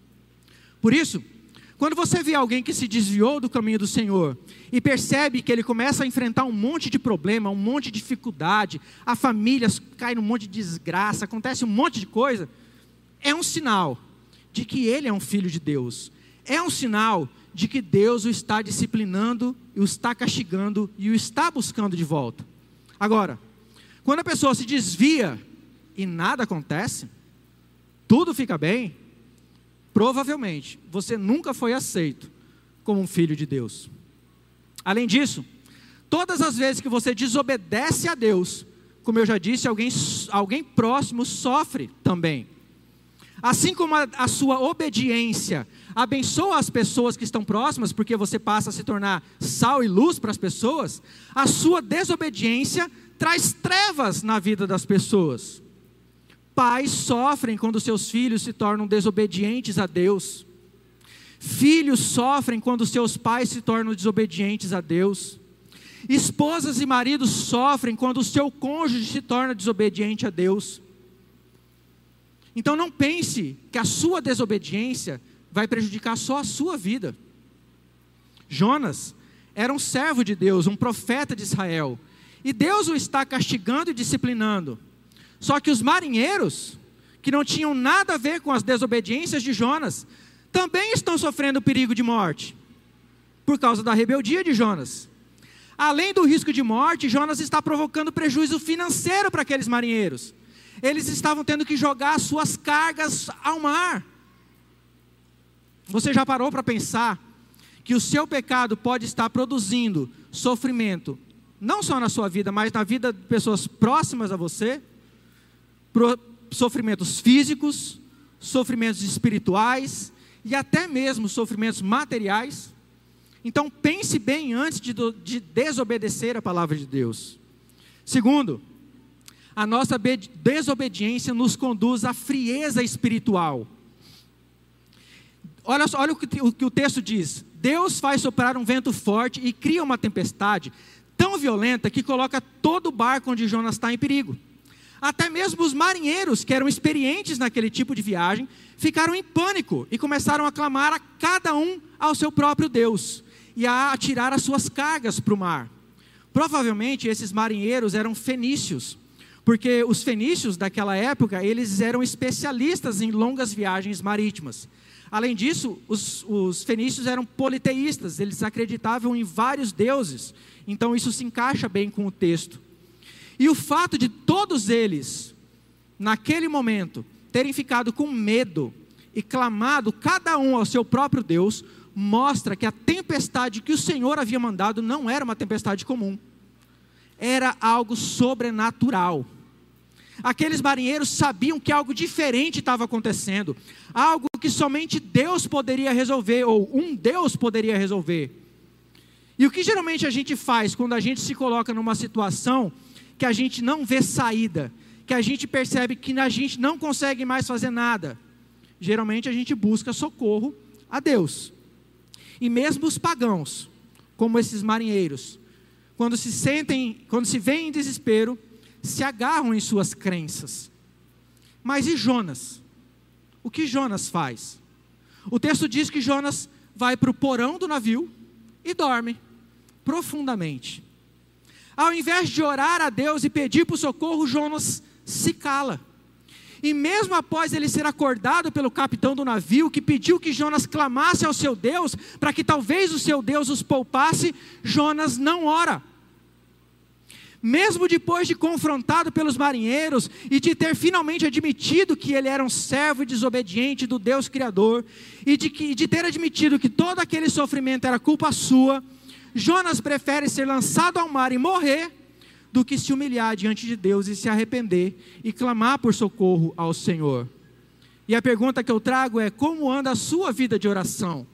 Por isso, quando você vê alguém que se desviou do caminho do Senhor e percebe que ele começa a enfrentar um monte de problema, um monte de dificuldade, a família cai num monte de desgraça, acontece um monte de coisa, é um sinal de que ele é um filho de Deus. É um sinal de que Deus o está disciplinando, o está castigando e o está buscando de volta. Agora, quando a pessoa se desvia e nada acontece, tudo fica bem, provavelmente você nunca foi aceito como um filho de Deus. Além disso, todas as vezes que você desobedece a Deus, como eu já disse, alguém próximo sofre também. Assim como a sua obediência abençoa as pessoas que estão próximas, porque você passa a se tornar sal e luz para as pessoas, a sua desobediência traz trevas na vida das pessoas. Pais sofrem quando seus filhos se tornam desobedientes a Deus. Filhos sofrem quando seus pais se tornam desobedientes a Deus. Esposas e maridos sofrem quando o seu cônjuge se torna desobediente a Deus. Então não pense que a sua desobediência vai prejudicar só a sua vida. Jonas era um servo de Deus, um profeta de Israel, e Deus o está castigando e disciplinando. Só que os marinheiros, que não tinham nada a ver com as desobediências de Jonas, também estão sofrendo perigo de morte, por causa da rebeldia de Jonas. Além do risco de morte, Jonas está provocando prejuízo financeiro para aqueles marinheiros. Eles estavam tendo que jogar suas cargas ao mar. Você já parou para pensar que o seu pecado pode estar produzindo sofrimento, não só na sua vida, mas na vida de pessoas próximas a você? Sofrimentos físicos, sofrimentos espirituais e até mesmo sofrimentos materiais. Então pense bem antes de desobedecer a palavra de Deus. Segundo, a nossa desobediência nos conduz à frieza espiritual. Olha o que o texto diz. Deus faz soprar um vento forte e cria uma tempestade tão violenta que coloca todo o barco onde Jonas está em perigo. Até mesmo os marinheiros, que eram experientes naquele tipo de viagem, ficaram em pânico e começaram a clamar a cada um ao seu próprio Deus e a atirar as suas cargas para o mar. Provavelmente esses marinheiros eram fenícios, porque os fenícios daquela época, eles eram especialistas em longas viagens marítimas. Além disso, os fenícios eram politeístas, eles acreditavam em vários deuses, então isso se encaixa bem com o texto. E o fato de todos eles, naquele momento, terem ficado com medo e clamado cada um ao seu próprio Deus, mostra que a tempestade que o Senhor havia mandado não era uma tempestade comum, era algo sobrenatural. Aqueles marinheiros sabiam que algo diferente estava acontecendo, algo que somente Deus poderia resolver, ou um Deus poderia resolver. E o que geralmente a gente faz quando a gente se coloca numa situação que a gente não vê saída, que a gente percebe que a gente não consegue mais fazer nada? Geralmente a gente busca socorro a Deus. E mesmo os pagãos, como esses marinheiros, quando se veem em desespero, se agarram em suas crenças. Mas e Jonas? O que Jonas faz? O texto diz que Jonas vai para o porão do navio e dorme profundamente. Ao invés de orar a Deus e pedir por socorro, Jonas se cala. E mesmo após ele ser acordado pelo capitão do navio, que pediu que Jonas clamasse ao seu Deus, para que talvez o seu Deus os poupasse, Jonas não ora. Mesmo depois de confrontado pelos marinheiros e de ter finalmente admitido que ele era um servo e desobediente do Deus Criador, e de ter admitido que todo aquele sofrimento era culpa sua, Jonas prefere ser lançado ao mar e morrer, do que se humilhar diante de Deus e se arrepender e clamar por socorro ao Senhor. E a pergunta que eu trago é: como anda a sua vida de oração?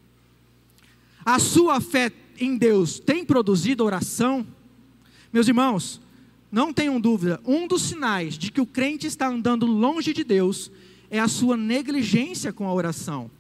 A sua fé em Deus tem produzido oração? Meus irmãos, não tenham dúvida, um dos sinais de que o crente está andando longe de Deus é a sua negligência com a oração.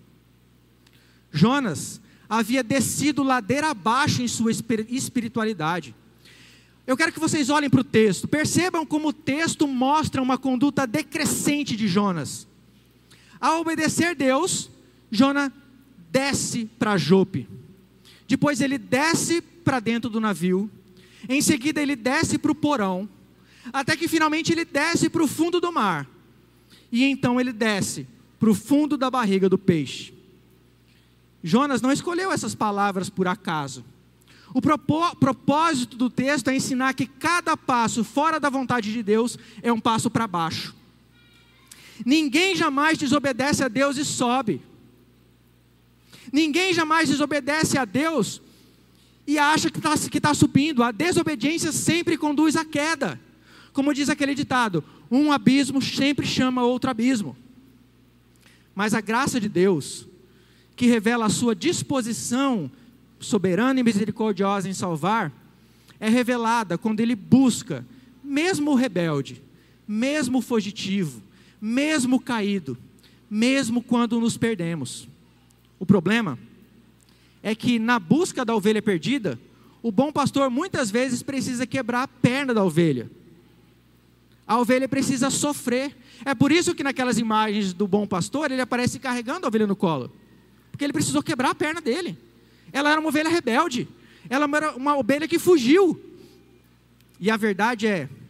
Jonas havia descido ladeira abaixo em sua espiritualidade. Eu quero que vocês olhem para o texto, percebam como o texto mostra uma conduta decrescente de Jonas. Ao obedecer Deus, Jonas desce para Jope. Depois ele desce para dentro do navio. Em seguida ele desce para o porão, até que finalmente ele desce para o fundo do mar. E então ele desce para o fundo da barriga do peixe. Jonas não escolheu essas palavras por acaso. O propósito do texto é ensinar que cada passo fora da vontade de Deus é um passo para baixo. Ninguém jamais desobedece a Deus e sobe. Ninguém jamais desobedece a Deus e acha que está subindo. A desobediência sempre conduz à queda. Como diz aquele ditado: um abismo sempre chama outro abismo. Mas a graça de Deus, que revela a sua disposição soberana e misericordiosa em salvar, é revelada quando Ele busca, mesmo o rebelde, mesmo o fugitivo, mesmo caído, mesmo quando nos perdemos. O problema é que na busca da ovelha perdida, o bom pastor muitas vezes precisa quebrar a perna da ovelha. A ovelha precisa sofrer. É por isso que naquelas imagens do bom pastor, ele aparece carregando a ovelha no colo. Porque ele precisou quebrar a perna dele. Ela era uma ovelha rebelde. Ela era uma ovelha que fugiu. E a verdade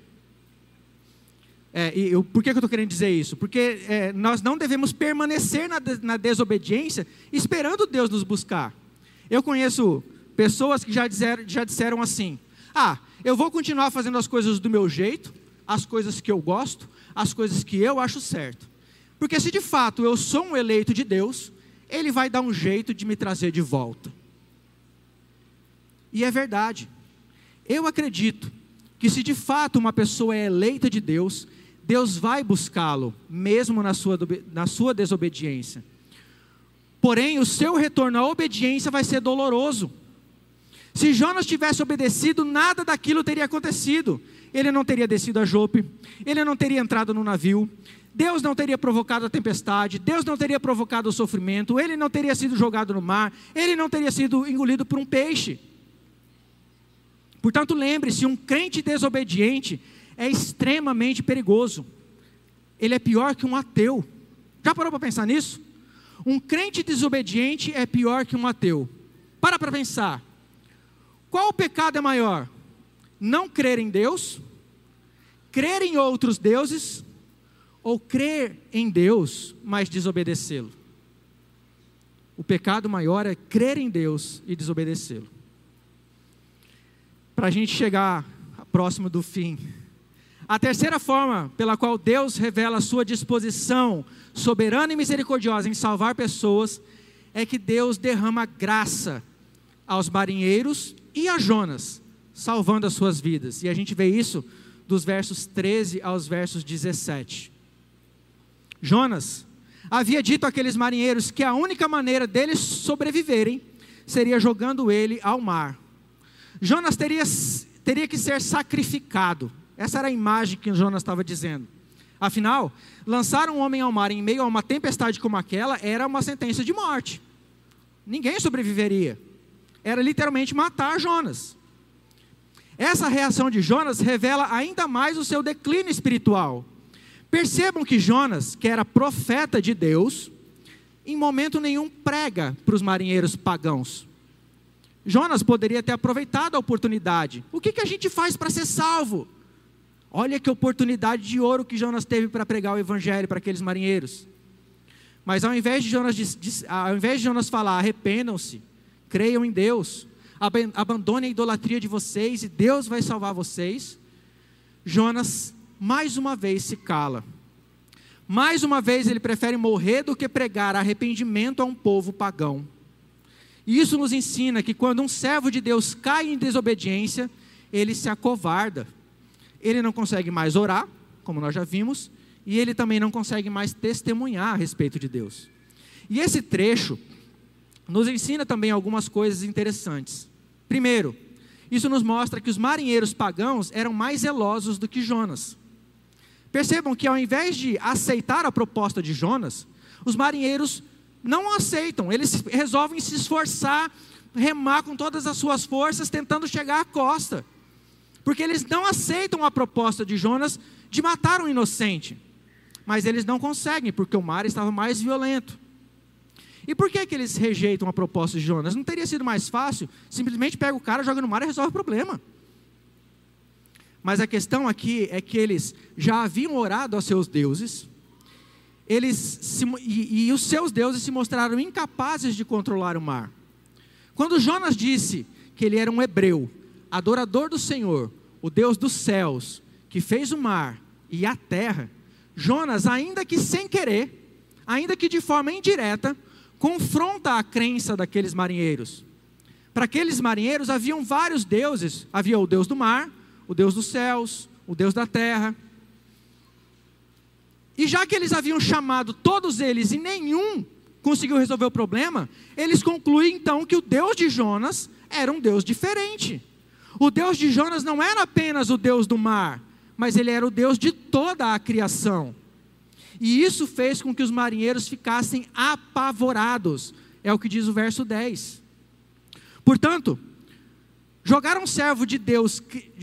por que eu estou querendo dizer isso? Porque nós não devemos permanecer na desobediência esperando Deus nos buscar. Eu conheço pessoas que já disseram assim: eu vou continuar fazendo as coisas do meu jeito, as coisas que eu gosto, as coisas que eu acho certo. Porque se de fato eu sou um eleito de Deus, Ele vai dar um jeito de me trazer de volta. E é verdade. Eu acredito que se de fato uma pessoa é eleita de Deus, Deus vai buscá-lo, mesmo na sua desobediência. Porém, o seu retorno à obediência vai ser doloroso. Se Jonas tivesse obedecido, nada daquilo teria acontecido. Ele não teria descido a Jope, ele não teria entrado no navio, Deus não teria provocado a tempestade, Deus não teria provocado o sofrimento, ele não teria sido jogado no mar, ele não teria sido engolido por um peixe. Portanto, lembre-se, um crente desobediente é extremamente perigoso. Ele é pior que um ateu. Já parou para pensar nisso? Um crente desobediente é pior que um ateu. Para pensar. Qual o pecado é maior? Não crer em Deus? Crer em outros deuses? Ou crer em Deus, mas desobedecê-lo? O pecado maior é crer em Deus e desobedecê-lo. Para a gente chegar próximo do fim, a terceira forma pela qual Deus revela a sua disposição soberana e misericordiosa em salvar pessoas, é que Deus derrama graça aos marinheiros e a Jonas, salvando as suas vidas. E a gente vê isso dos versos 13 aos versos 17. Jonas havia dito àqueles marinheiros que a única maneira deles sobreviverem seria jogando ele ao mar. Jonas teria que ser sacrificado. Essa era a imagem que Jonas estava dizendo. Afinal, lançar um homem ao mar em meio a uma tempestade como aquela era uma sentença de morte. Ninguém sobreviveria. Era literalmente matar Jonas. Essa reação de Jonas revela ainda mais o seu declínio espiritual. Percebam que Jonas, que era profeta de Deus, em momento nenhum prega para os marinheiros pagãos. Jonas poderia ter aproveitado a oportunidade. O que a gente faz para ser salvo? Olha que oportunidade de ouro que Jonas teve para pregar o evangelho para aqueles marinheiros. Mas ao invés de Jonas falar, arrependam-se, creiam em Deus, abandonem a idolatria de vocês e Deus vai salvar vocês, Jonas mais uma vez se cala. Mais uma vez ele prefere morrer do que pregar arrependimento a um povo pagão. E isso nos ensina que quando um servo de Deus cai em desobediência, ele se acovarda. Ele não consegue mais orar, como nós já vimos, e ele também não consegue mais testemunhar a respeito de Deus. E esse trecho nos ensina também algumas coisas interessantes. Primeiro, isso nos mostra que os marinheiros pagãos eram mais zelosos do que Jonas. Percebam que ao invés de aceitar a proposta de Jonas, os marinheiros não aceitam, eles resolvem se esforçar, remar com todas as suas forças, tentando chegar à costa. Porque eles não aceitam a proposta de Jonas de matar um inocente. Mas eles não conseguem, porque o mar estava mais violento. E por que eles rejeitam a proposta de Jonas? Não teria sido mais fácil? Simplesmente pega o cara, joga no mar e resolve o problema. Mas a questão aqui é que eles já haviam orado aos seus deuses, e os seus deuses se mostraram incapazes de controlar o mar. Quando Jonas disse que ele era um hebreu, adorador do Senhor, o Deus dos céus, que fez o mar e a terra, Jonas, ainda que sem querer, ainda que de forma indireta, confronta a crença daqueles marinheiros. Para aqueles marinheiros haviam vários deuses, havia o Deus do mar, o Deus dos céus, o Deus da terra. E já que eles haviam chamado todos eles e nenhum conseguiu resolver o problema, eles concluem então que o Deus de Jonas era um Deus diferente. O Deus de Jonas não era apenas o Deus do mar, mas ele era o Deus de toda a criação. E isso fez com que os marinheiros ficassem apavorados. É o que diz o verso 10. Portanto, jogar um servo de Deus,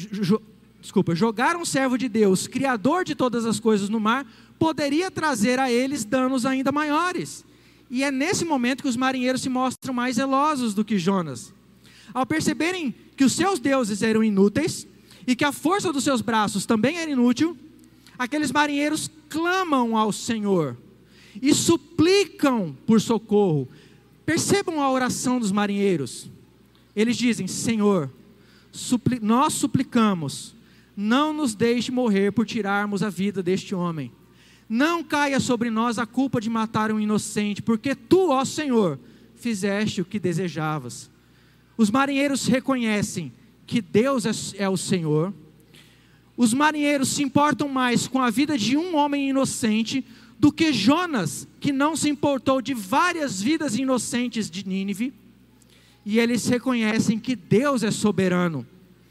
criador de todas as coisas no mar, poderia trazer a eles danos ainda maiores. E é nesse momento que os marinheiros se mostram mais zelosos do que Jonas. Ao perceberem que os seus deuses eram inúteis, e que a força dos seus braços também era inútil, aqueles marinheiros clamam ao Senhor, e suplicam por socorro. Percebam a oração dos marinheiros. Eles dizem: Senhor, nós suplicamos, não nos deixe morrer por tirarmos a vida deste homem. Não caia sobre nós a culpa de matar um inocente, porque tu, ó Senhor, fizeste o que desejavas. Os marinheiros reconhecem que Deus é o Senhor. Os marinheiros se importam mais com a vida de um homem inocente do que Jonas, que não se importou de várias vidas inocentes de Nínive. E eles reconhecem que Deus é soberano.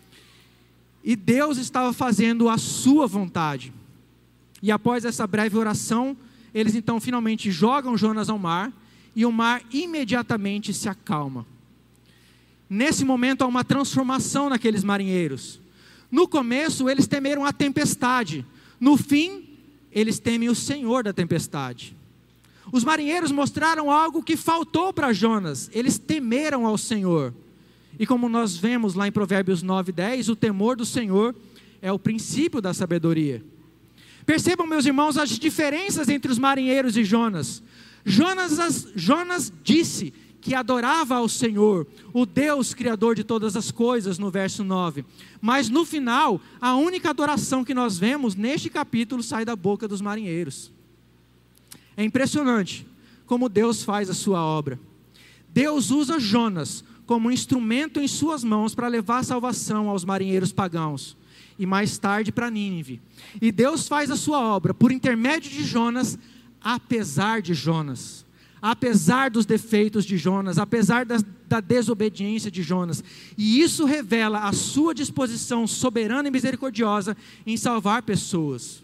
E Deus estava fazendo a sua vontade. E após essa breve oração, eles então finalmente jogam Jonas ao mar, e o mar imediatamente se acalma. Nesse momento há uma transformação naqueles marinheiros. No começo eles temeram a tempestade, no fim eles temem o Senhor da tempestade. Os marinheiros mostraram algo que faltou para Jonas: eles temeram ao Senhor. E como nós vemos lá em Provérbios 9:10, o temor do Senhor é o princípio da sabedoria. Percebam, meus irmãos, as diferenças entre os marinheiros e Jonas. Jonas disse que adorava ao Senhor, o Deus criador de todas as coisas, no verso 9. Mas no final, a única adoração que nós vemos neste capítulo sai da boca dos marinheiros. É impressionante como Deus faz a sua obra. Deus usa Jonas como instrumento em suas mãos para levar salvação aos marinheiros pagãos, e mais tarde para Nínive. E Deus faz a sua obra por intermédio de Jonas, apesar de Jonas, apesar dos defeitos de Jonas, apesar da desobediência de Jonas. E isso revela a sua disposição soberana e misericordiosa em salvar pessoas.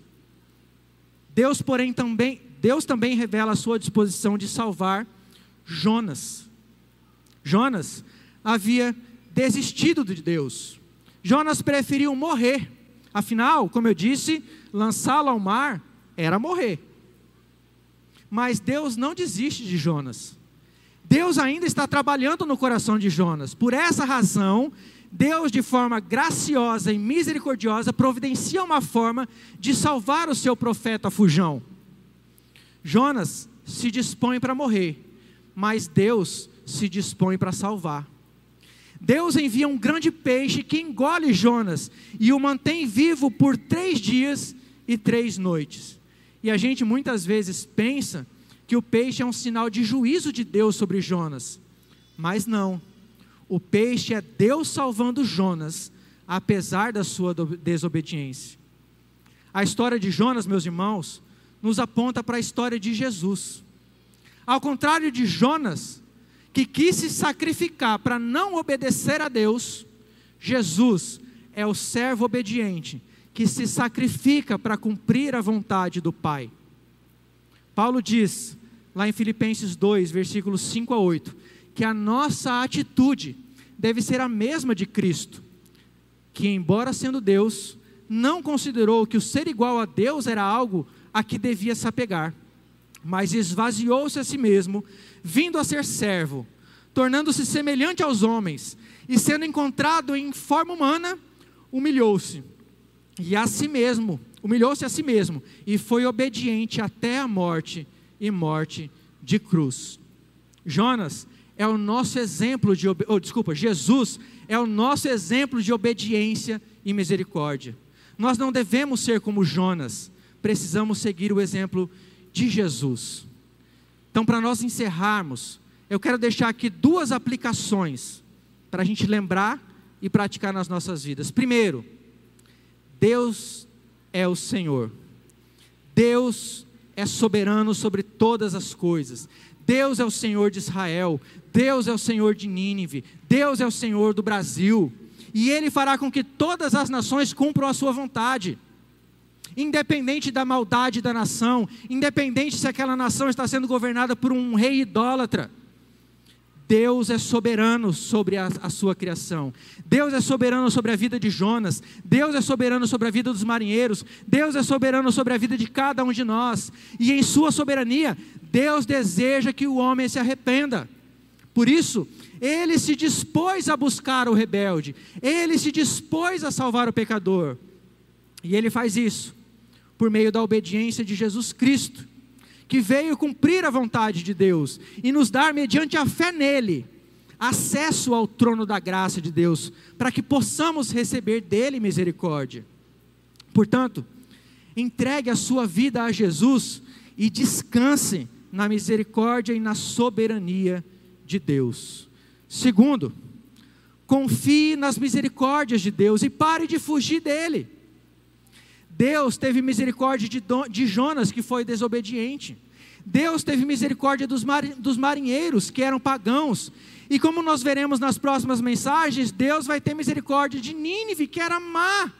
Deus também revela a sua disposição de salvar Jonas. Jonas havia desistido de Deus. Jonas preferiu morrer. Afinal, como eu disse, lançá-lo ao mar era morrer. Mas Deus não desiste de Jonas. Deus ainda está trabalhando no coração de Jonas. Por essa razão, Deus, de forma graciosa e misericordiosa, providencia uma forma de salvar o seu profeta fujão. Jonas se dispõe para morrer, mas Deus se dispõe para salvar. Deus envia um grande peixe que engole Jonas e o mantém vivo por 3 dias e 3 noites. E a gente muitas vezes pensa que o peixe é um sinal de juízo de Deus sobre Jonas. Mas não. O peixe é Deus salvando Jonas, apesar da sua desobediência. A história de Jonas, meus irmãos, nos aponta para a história de Jesus. Ao contrário de Jonas, que quis se sacrificar para não obedecer a Deus, Jesus é o servo obediente, que se sacrifica para cumprir a vontade do Pai. Paulo diz, lá em Filipenses 2, versículos 5 a 8, que a nossa atitude deve ser a mesma de Cristo, que embora sendo Deus, não considerou que o ser igual a Deus era algo a que devia se apegar, mas esvaziou-se a si mesmo, vindo a ser servo, tornando-se semelhante aos homens, e sendo encontrado em forma humana, humilhou-se a si mesmo, e foi obediente até a morte, e morte de cruz. Jesus é o nosso exemplo de obediência e misericórdia. Nós não devemos ser como Jonas, precisamos seguir o exemplo de Jesus. Então, para nós encerrarmos, eu quero deixar aqui 2 aplicações para a gente lembrar e praticar nas nossas vidas. Primeiro, Deus é o Senhor. Deus é soberano sobre todas as coisas. Deus é o Senhor de Israel. Deus é o Senhor de Nínive. Deus é o Senhor do Brasil. E Ele fará com que todas as nações cumpram a sua vontade. Independente da maldade da nação, independente se aquela nação está sendo governada por um rei idólatra, Deus é soberano sobre a sua criação. Deus é soberano sobre a vida de Jonas. Deus é soberano sobre a vida dos marinheiros. Deus é soberano sobre a vida de cada um de nós. E em sua soberania, Deus deseja que o homem se arrependa. Por isso, Ele se dispôs a buscar o rebelde. Ele se dispôs a salvar o pecador. E Ele faz isso por meio da obediência de Jesus Cristo, que veio cumprir a vontade de Deus e nos dar, mediante a fé nele, acesso ao trono da graça de Deus, para que possamos receber dele misericórdia. Portanto, entregue a sua vida a Jesus e descanse na misericórdia e na soberania de Deus. Segundo, confie nas misericórdias de Deus e pare de fugir dele. Deus teve misericórdia de Jonas, que foi desobediente. Deus teve misericórdia dos marinheiros, que eram pagãos. E como nós veremos nas próximas mensagens, Deus vai ter misericórdia de Nínive, que era má.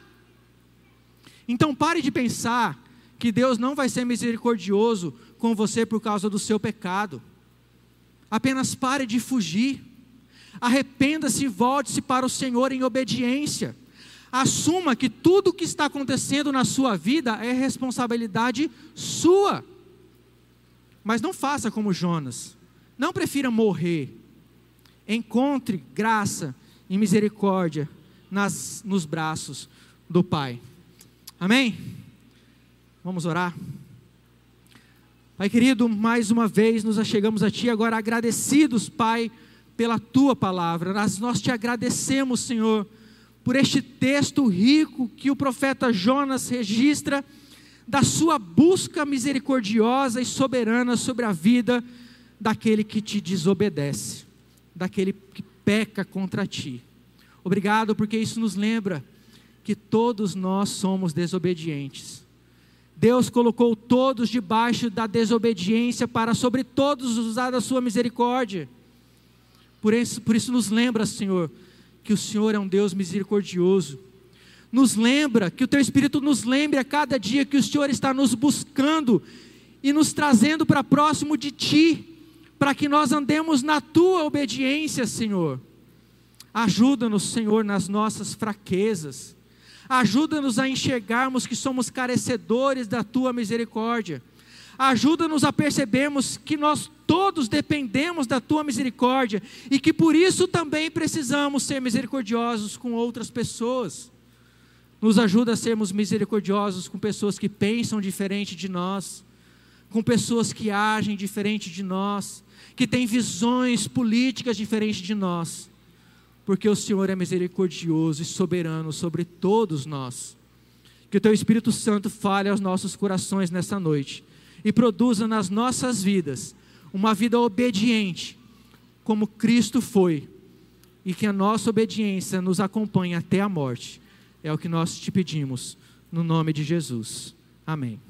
Então pare de pensar que Deus não vai ser misericordioso com você por causa do seu pecado. Apenas pare de fugir. Arrependa-se e volte-se para o Senhor em obediência. Assuma que tudo o que está acontecendo na sua vida é responsabilidade sua. Mas não faça como Jonas. Não prefira morrer. Encontre graça e misericórdia nos braços do Pai. Amém? Vamos orar? Pai querido, mais uma vez nos achegamos a Ti, agora agradecidos, Pai, pela Tua palavra. Nós Te agradecemos, Senhor, por este texto rico que o profeta Jonas registra da sua busca misericordiosa e soberana sobre a vida daquele que Te desobedece, daquele que peca contra Ti. Obrigado, porque isso nos lembra que todos nós somos desobedientes. Deus colocou todos debaixo da desobediência para sobre todos usar da sua misericórdia. Por isso nos lembra, Senhor, que o Senhor é um Deus misericordioso. Nos lembra, que o Teu Espírito nos lembre a cada dia que o Senhor está nos buscando e nos trazendo para próximo de Ti, para que nós andemos na Tua obediência, Senhor. Ajuda-nos, Senhor, nas nossas fraquezas. Ajuda-nos a enxergarmos que somos carecedores da Tua misericórdia. Ajuda-nos a percebermos que nós todos dependemos da Tua misericórdia e que por isso também precisamos ser misericordiosos com outras pessoas. Nos ajuda a sermos misericordiosos com pessoas que pensam diferente de nós, com pessoas que agem diferente de nós, que têm visões políticas diferentes de nós, porque o Senhor é misericordioso e soberano sobre todos nós. Que o Teu Espírito Santo fale aos nossos corações nessa noite e produza nas nossas vidas uma vida obediente, como Cristo foi, e que a nossa obediência nos acompanhe até a morte. É o que nós Te pedimos, no nome de Jesus. Amém.